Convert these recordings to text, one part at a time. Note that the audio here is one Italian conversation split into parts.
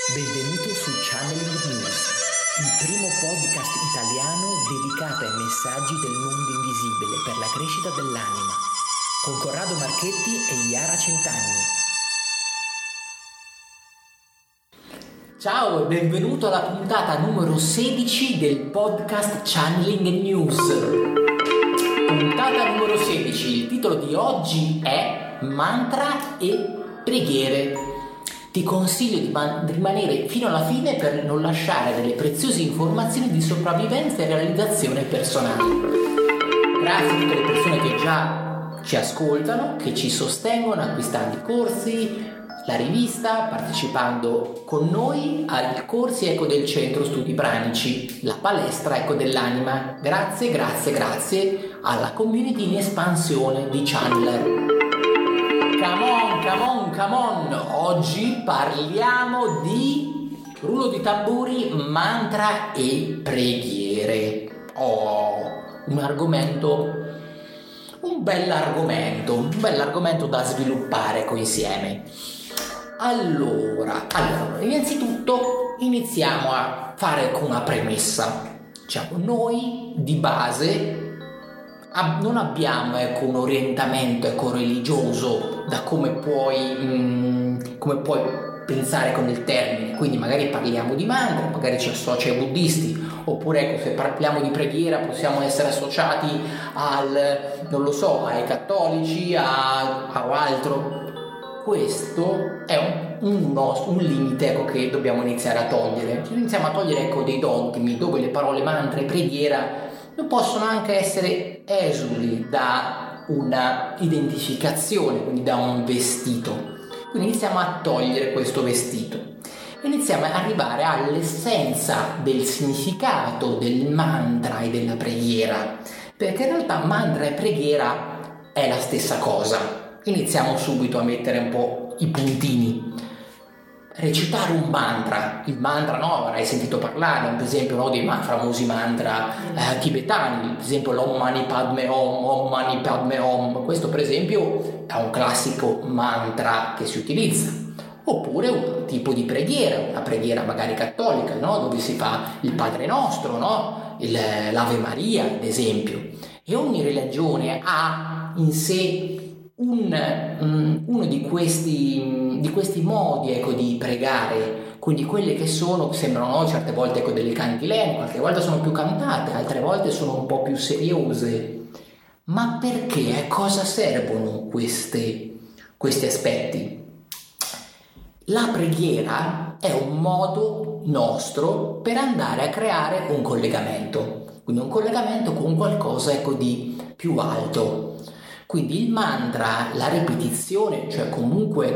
Benvenuto su Channeling News, il primo podcast italiano dedicato ai messaggi del mondo invisibile per la crescita dell'anima, con Corrado Marchetti e Yara Centanni. Ciao e benvenuto alla puntata numero 16 del podcast Channeling News. Puntata numero 16, il titolo di oggi è Mantra e preghiere. Ti consiglio di rimanere fino alla fine per non lasciare delle preziose informazioni di sopravvivenza e realizzazione personale. Grazie a tutte le persone che già ci ascoltano, che ci sostengono acquistando i corsi, la rivista, partecipando con noi ai corsi del Centro Studi Pranici, la palestra dell'anima. Grazie alla community in espansione di Channeler. Come on! Oggi parliamo di rullo di tamburi, mantra e preghiere. Un bell'argomento da sviluppare insieme. Allora, innanzitutto iniziamo a fare una premessa. Noi di base non abbiamo un orientamento religioso da come puoi pensare con il termine, quindi magari parliamo di mantra, magari ci associa ai buddisti, oppure se parliamo di preghiera possiamo essere associati ai cattolici, a altro. Questo è un limite che dobbiamo iniziare a togliere. Iniziamo a togliere dei dogmi dove le parole mantra e preghiera non possono anche essere esuli da una identificazione, quindi da un vestito. Quindi iniziamo a togliere questo vestito. Iniziamo ad arrivare all'essenza del significato del mantra e della preghiera, perché in realtà mantra e preghiera è la stessa cosa. Iniziamo subito a mettere un po' i puntini. Recitare un mantra, il mantra avrai sentito parlare per esempio dei famosi mantra tibetani, per esempio l'Om Mani Padme Om. Questo per esempio è un classico mantra che si utilizza. Oppure un tipo di preghiera, una preghiera magari cattolica, dove si fa il Padre Nostro, l'Ave Maria ad esempio. E ogni religione ha in sé uno di questi modi di pregare, quindi quelle che sembrano certe volte delle cantilene, qualche volta sono più cantate, altre volte sono un po' più seriose. Ma perché? A cosa servono questi aspetti? La preghiera è un modo nostro per andare a creare un collegamento, quindi un collegamento con qualcosa di più alto. Quindi il mantra, la ripetizione, comunque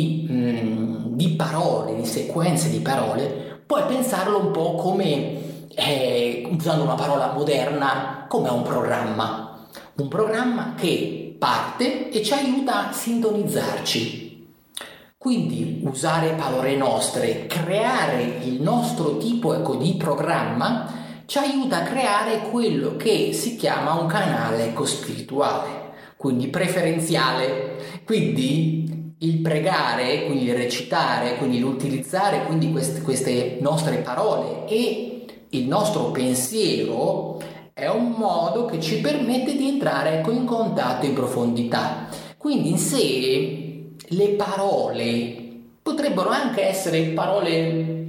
di parole, di sequenze di parole, puoi pensarlo un po' come, usando una parola moderna, come un programma che parte e ci aiuta a sintonizzarci. Quindi usare parole nostre, creare il nostro tipo di programma, ci aiuta a creare quello che si chiama un canale spirituale. Quindi preferenziale, quindi il pregare, quindi il recitare, quindi l'utilizzare queste nostre parole e il nostro pensiero è un modo che ci permette di entrare in contatto in profondità. Quindi in sé le parole potrebbero anche essere parole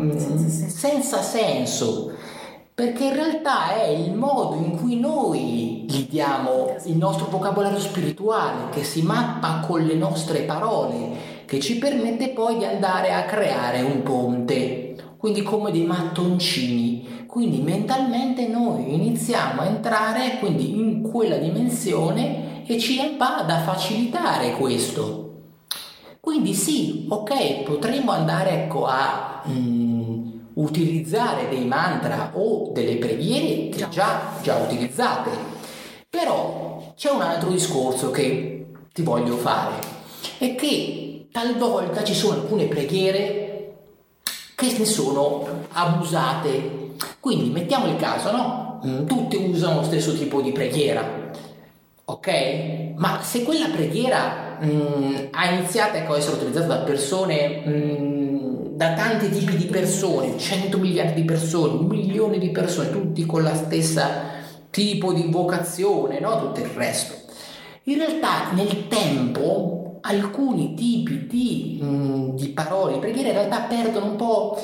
senza senso, perché in realtà è il modo in cui noi gli diamo il nostro vocabolario spirituale che si mappa con le nostre parole, che ci permette poi di andare a creare un ponte, quindi come dei mattoncini. Quindi mentalmente noi iniziamo a entrare in quella dimensione e ci va a facilitare questo. Quindi sì, potremmo andare a utilizzare dei mantra o delle preghiere che già utilizzate, però c'è un altro discorso che ti voglio fare, è che talvolta ci sono alcune preghiere che ne sono abusate. Quindi mettiamo il caso, tutti usano lo stesso tipo di preghiera, ok? Ma se quella preghiera ha iniziato a essere utilizzata da persone da tanti tipi di persone, 100 miliardi di persone, 1 milione di persone, tutti con la stessa tipo di vocazione, no? Tutto il resto. In realtà nel tempo alcuni tipi di parole, preghiera in realtà perdono un po'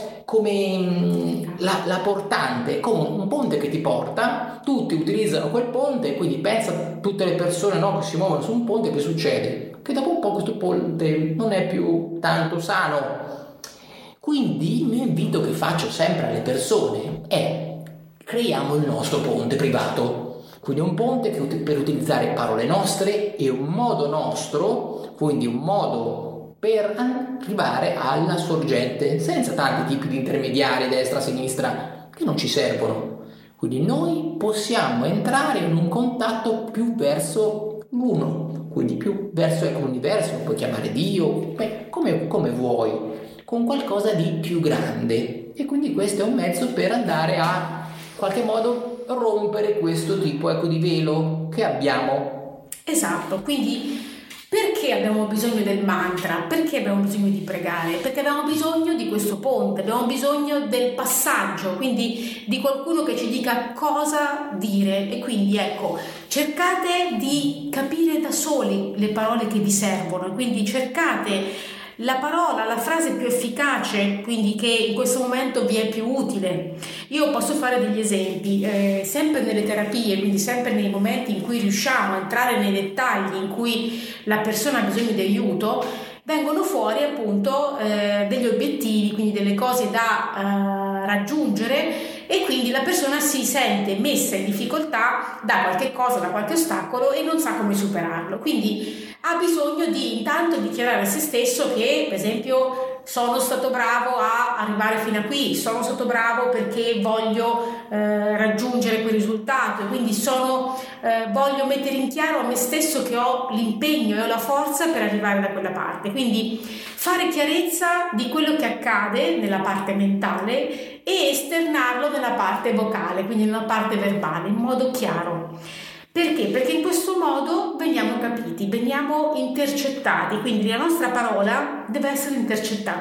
come la portante, come un ponte che ti porta, tutti utilizzano quel ponte, quindi pensa a tutte le persone, no, che si muovono su un ponte, che succede? Che dopo un po' questo ponte non è più tanto sano. Quindi il mio invito che faccio sempre alle persone è: creiamo il nostro ponte privato, quindi un ponte che per utilizzare parole nostre e un modo nostro, quindi un modo per arrivare alla sorgente, senza tanti tipi di intermediari, destra, sinistra, che non ci servono. Quindi noi possiamo entrare in un contatto più verso l'uno, quindi più verso l'universo, puoi chiamare Dio, come vuoi, con qualcosa di più grande. E quindi questo è un mezzo per andare a in qualche modo rompere questo tipo, di velo che abbiamo. Esatto, quindi perché abbiamo bisogno del mantra? Perché abbiamo bisogno di pregare? Perché abbiamo bisogno di questo ponte, abbiamo bisogno del passaggio, quindi di qualcuno che ci dica cosa dire. E quindi ecco, cercate di capire da soli le parole che vi servono, quindi cercate la parola, la frase più efficace, quindi che in questo momento vi è più utile. Io posso fare degli esempi, sempre nelle terapie, quindi sempre nei momenti in cui riusciamo a entrare nei dettagli, in cui la persona ha bisogno di aiuto, vengono fuori appunto degli obiettivi, quindi delle cose da raggiungere, e quindi la persona si sente messa in difficoltà da qualche cosa, da qualche ostacolo, e non sa come superarlo. Quindi ha bisogno di intanto dichiarare a se stesso che, per esempio, sono stato bravo a arrivare fino a qui, sono stato bravo perché voglio raggiungere quel risultato, e quindi voglio mettere in chiaro a me stesso che ho l'impegno e ho la forza per arrivare da quella parte. Quindi fare chiarezza di quello che accade nella parte mentale e esternarlo nella parte vocale, quindi nella parte verbale, in modo chiaro. Perché? Perché in questo modo veniamo capiti, veniamo intercettati, quindi la nostra parola deve essere intercettata,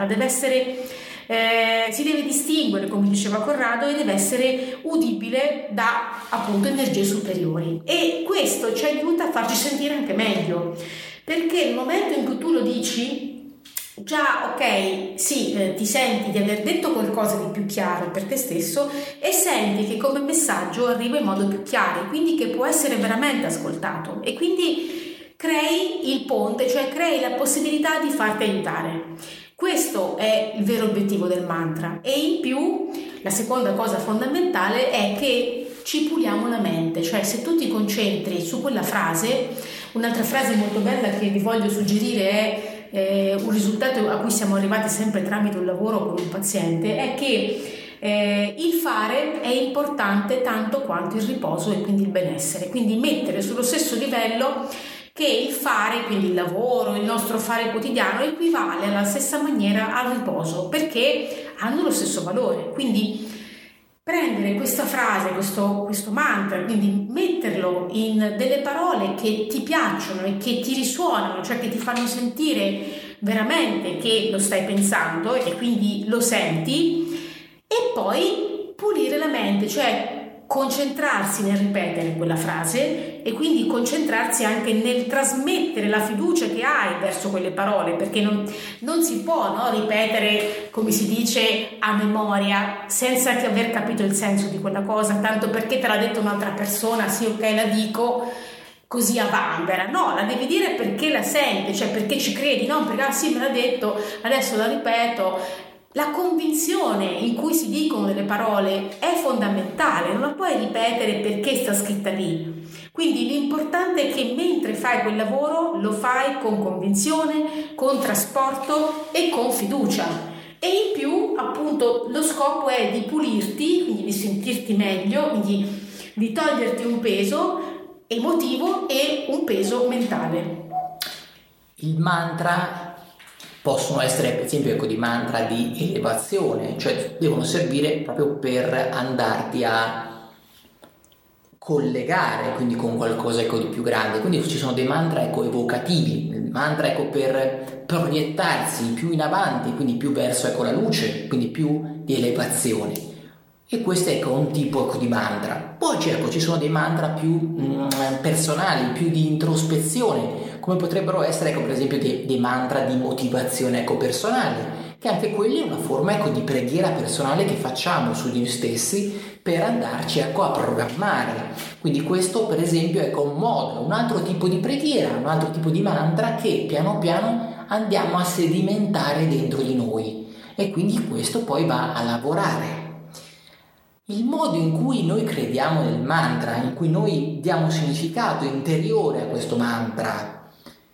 si deve distinguere, come diceva Corrado, e deve essere udibile da appunto energie superiori, e questo ci aiuta a farci sentire anche meglio, perché nel momento in cui tu lo dici, già ok, sì, ti senti di aver detto qualcosa di più chiaro per te stesso, e senti che come messaggio arriva in modo più chiaro, quindi che può essere veramente ascoltato, e quindi crei il ponte, cioè crei la possibilità di farti aiutare. Questo è il vero obiettivo del mantra. E in più la seconda cosa fondamentale è che ci puliamo la mente, cioè se tu ti concentri su quella frase. Un'altra frase molto bella che vi voglio suggerire è un risultato a cui siamo arrivati sempre tramite un lavoro con un paziente, è che il fare è importante tanto quanto il riposo e quindi il benessere, quindi mettere sullo stesso livello che il fare, quindi il lavoro, il nostro fare quotidiano, equivale alla stessa maniera al riposo, perché hanno lo stesso valore. Quindi prendere questa frase, questo mantra, quindi metterlo in delle parole che ti piacciono e che ti risuonano, cioè che ti fanno sentire veramente che lo stai pensando e quindi lo senti, e poi pulire la mente, cioè concentrarsi nel ripetere quella frase e quindi concentrarsi anche nel trasmettere la fiducia che hai verso quelle parole, perché non si può, no, ripetere, come si dice, a memoria senza che aver capito il senso di quella cosa, tanto perché te l'ha detto un'altra persona, sì, ok, la dico così a vanvera. No, la devi dire perché la senti, cioè perché ci credi, non perché sì, me l'ha detto, adesso la ripeto. La convinzione in cui si dicono delle parole è fondamentale, non la puoi ripetere perché sta scritta lì. Quindi l'importante è che mentre fai quel lavoro lo fai con convinzione, con trasporto e con fiducia. E in più, appunto, lo scopo è di pulirti, quindi di sentirti meglio, quindi di toglierti un peso emotivo e un peso mentale. Il mantra possono essere, per esempio, di mantra di elevazione, cioè devono servire proprio per andarti a collegare quindi con qualcosa di più grande. Quindi ci sono dei mantra evocativi, mantra per proiettarsi più in avanti, quindi più verso la luce, quindi più di elevazione. E questo è un tipo di mantra. Poi ci sono dei mantra più personali, più di introspezione, come potrebbero essere per esempio dei mantra di motivazione personale, che anche quelli è una forma di preghiera personale che facciamo su di noi stessi per andarci a programmare. Quindi questo per esempio è un modo, un altro tipo di preghiera, un altro tipo di mantra che piano piano andiamo a sedimentare dentro di noi, e quindi questo poi va a lavorare. Il modo in cui noi crediamo nel mantra, in cui noi diamo significato interiore a questo mantra,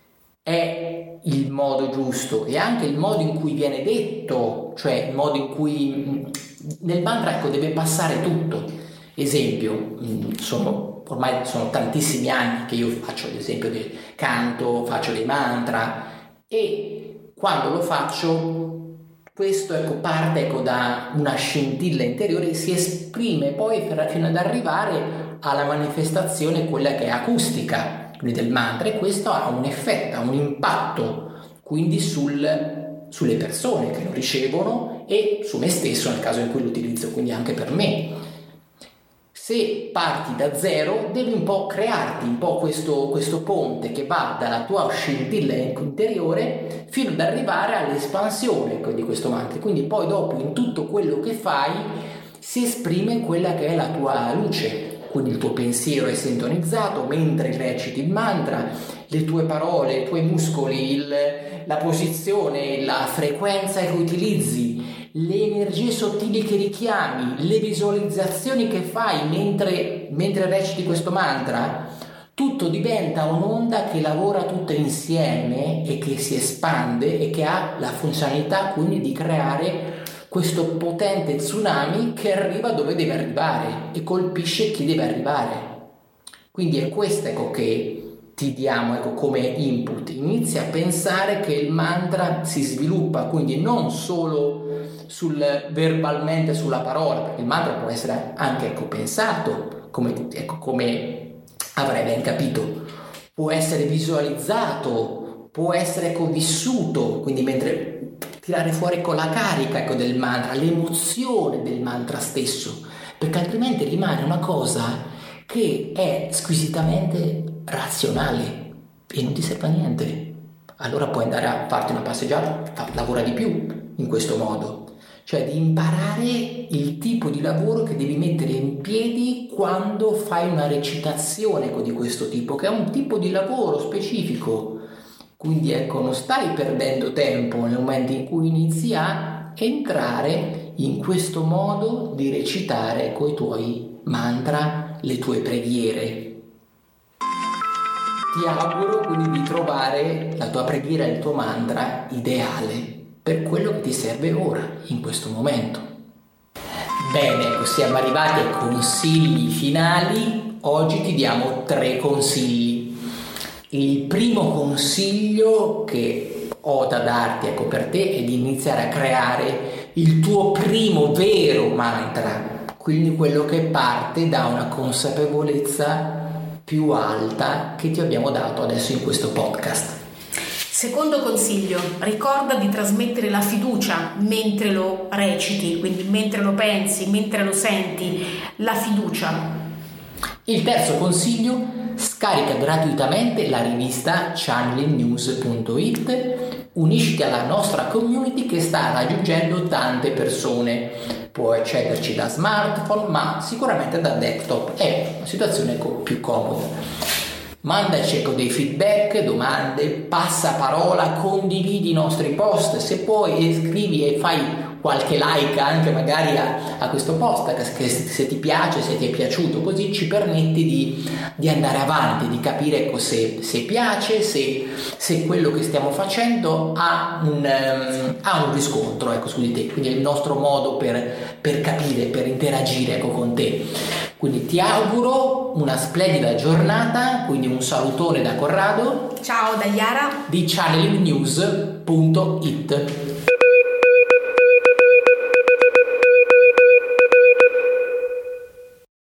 è il modo giusto, e anche il modo in cui viene detto, cioè il modo in cui nel mantra deve passare tutto. Esempio, ormai sono tantissimi anni che io faccio, ad esempio, canto, faccio dei mantra, e quando lo faccio questo parte da una scintilla interiore e si esprime poi fino ad arrivare alla manifestazione, quella che è acustica, quindi del mantra, e questo ha un effetto, ha un impatto quindi sulle persone che lo ricevono e su me stesso nel caso in cui lo utilizzo, quindi anche per me. Se parti da zero devi un po' crearti un po' questo ponte che va dalla tua scintilla interiore fino ad arrivare all'espansione di questo mantra. Quindi poi dopo in tutto quello che fai si esprime quella che è la tua luce, quindi il tuo pensiero è sintonizzato mentre reciti il mantra, le tue parole, i tuoi muscoli, la posizione, la frequenza che utilizzi, le energie sottili che richiami, le visualizzazioni che fai mentre reciti questo mantra, tutto diventa un'onda che lavora tutta insieme e che si espande e che ha la funzionalità quindi di creare questo potente tsunami che arriva dove deve arrivare e colpisce chi deve arrivare. Quindi è questo che ti diamo come input. Inizia a pensare che il mantra si sviluppa, quindi non solo verbalmente sulla parola, perché il mantra può essere anche pensato, come avrai ben capito, può essere visualizzato, può essere vissuto, quindi mentre tirare fuori con la carica del mantra, l'emozione del mantra stesso, perché altrimenti rimane una cosa che è squisitamente razionale e non ti serve a niente. Allora puoi andare a farti una passeggiata, lavora di più in questo modo, cioè di imparare il tipo di lavoro che devi mettere in piedi quando fai una recitazione di questo tipo, che è un tipo di lavoro specifico. Quindi non stai perdendo tempo nel momento in cui inizi a entrare in questo modo di recitare coi tuoi mantra, le tue preghiere. Ti auguro quindi di trovare la tua preghiera, il tuo mantra ideale per quello che ti serve ora, in questo momento. Bene, siamo arrivati ai consigli finali. Oggi ti diamo 3 consigli. Il primo consiglio che ho da darti per te è di iniziare a creare il tuo primo vero mantra, quindi quello che parte da una consapevolezza più alta che ti abbiamo dato adesso in questo podcast. Secondo consiglio, ricorda di trasmettere la fiducia mentre lo reciti, quindi mentre lo pensi, mentre lo senti, la fiducia. Il terzo consiglio: scarica gratuitamente la rivista channelingnews.it, unisciti alla nostra community che sta raggiungendo tante persone. Puoi accederci da smartphone, ma sicuramente da desktop è una situazione più comoda. Mandaci dei feedback, domande, passaparola, condividi i nostri post, se puoi scrivi e fai qualche like anche magari a questo post, che se ti piace, se ti è piaciuto, così ci permetti di andare avanti, di capire se piace, se quello che stiamo facendo ha un riscontro su di te. Quindi è il nostro modo per capire, per interagire con te. Quindi ti auguro una splendida giornata, quindi un salutone da Corrado. Ciao da Iara di channelingnews.it.